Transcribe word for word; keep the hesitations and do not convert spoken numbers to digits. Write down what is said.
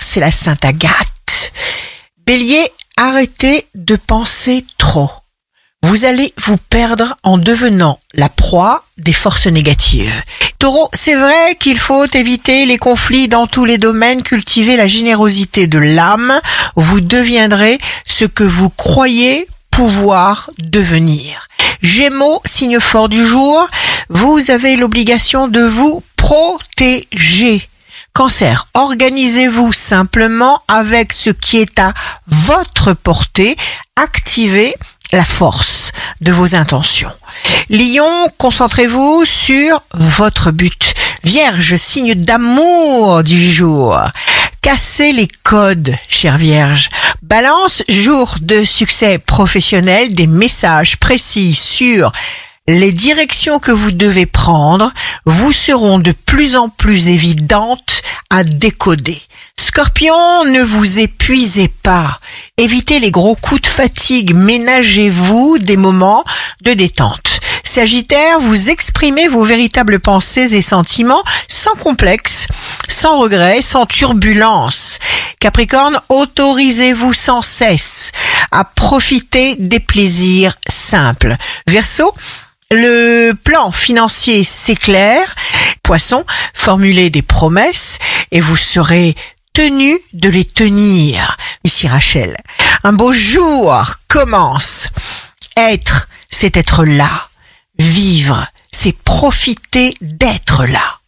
c'est la Sainte Agathe. Bélier, arrêtez de penser trop. Vous allez vous perdre en devenant la proie des forces négatives. Taureau, c'est vrai qu'il faut éviter les conflits dans tous les domaines, cultiver la générosité de l'âme. Vous deviendrez ce que vous croyez pouvoir devenir. Gémeaux, signe fort du jour, vous avez l'obligation de vous protéger. Cancer, organisez-vous simplement avec ce qui est à votre portée. Activez la force de vos intentions. Lion, concentrez-vous sur votre but. Vierge, signe d'amour du jour. Cassez les codes, chère Vierge. Balance, jour de succès professionnel, des messages précis sur les directions que vous devez prendre vous seront de plus en plus évidentes à décoder. Scorpion, ne vous épuisez pas. Évitez les gros coups de fatigue. Ménagez-vous des moments de détente. Sagittaire, vous exprimez vos véritables pensées et sentiments sans complexe, sans regret, sans turbulence. Capricorne, autorisez-vous sans cesse à profiter des plaisirs simples. Verseau, le plan financier s'éclaire. Poisson, formulez des promesses et vous serez tenu de les tenir. Ici Rachel, un beau jour commence. Être, c'est être là. Vivre, c'est profiter d'être là.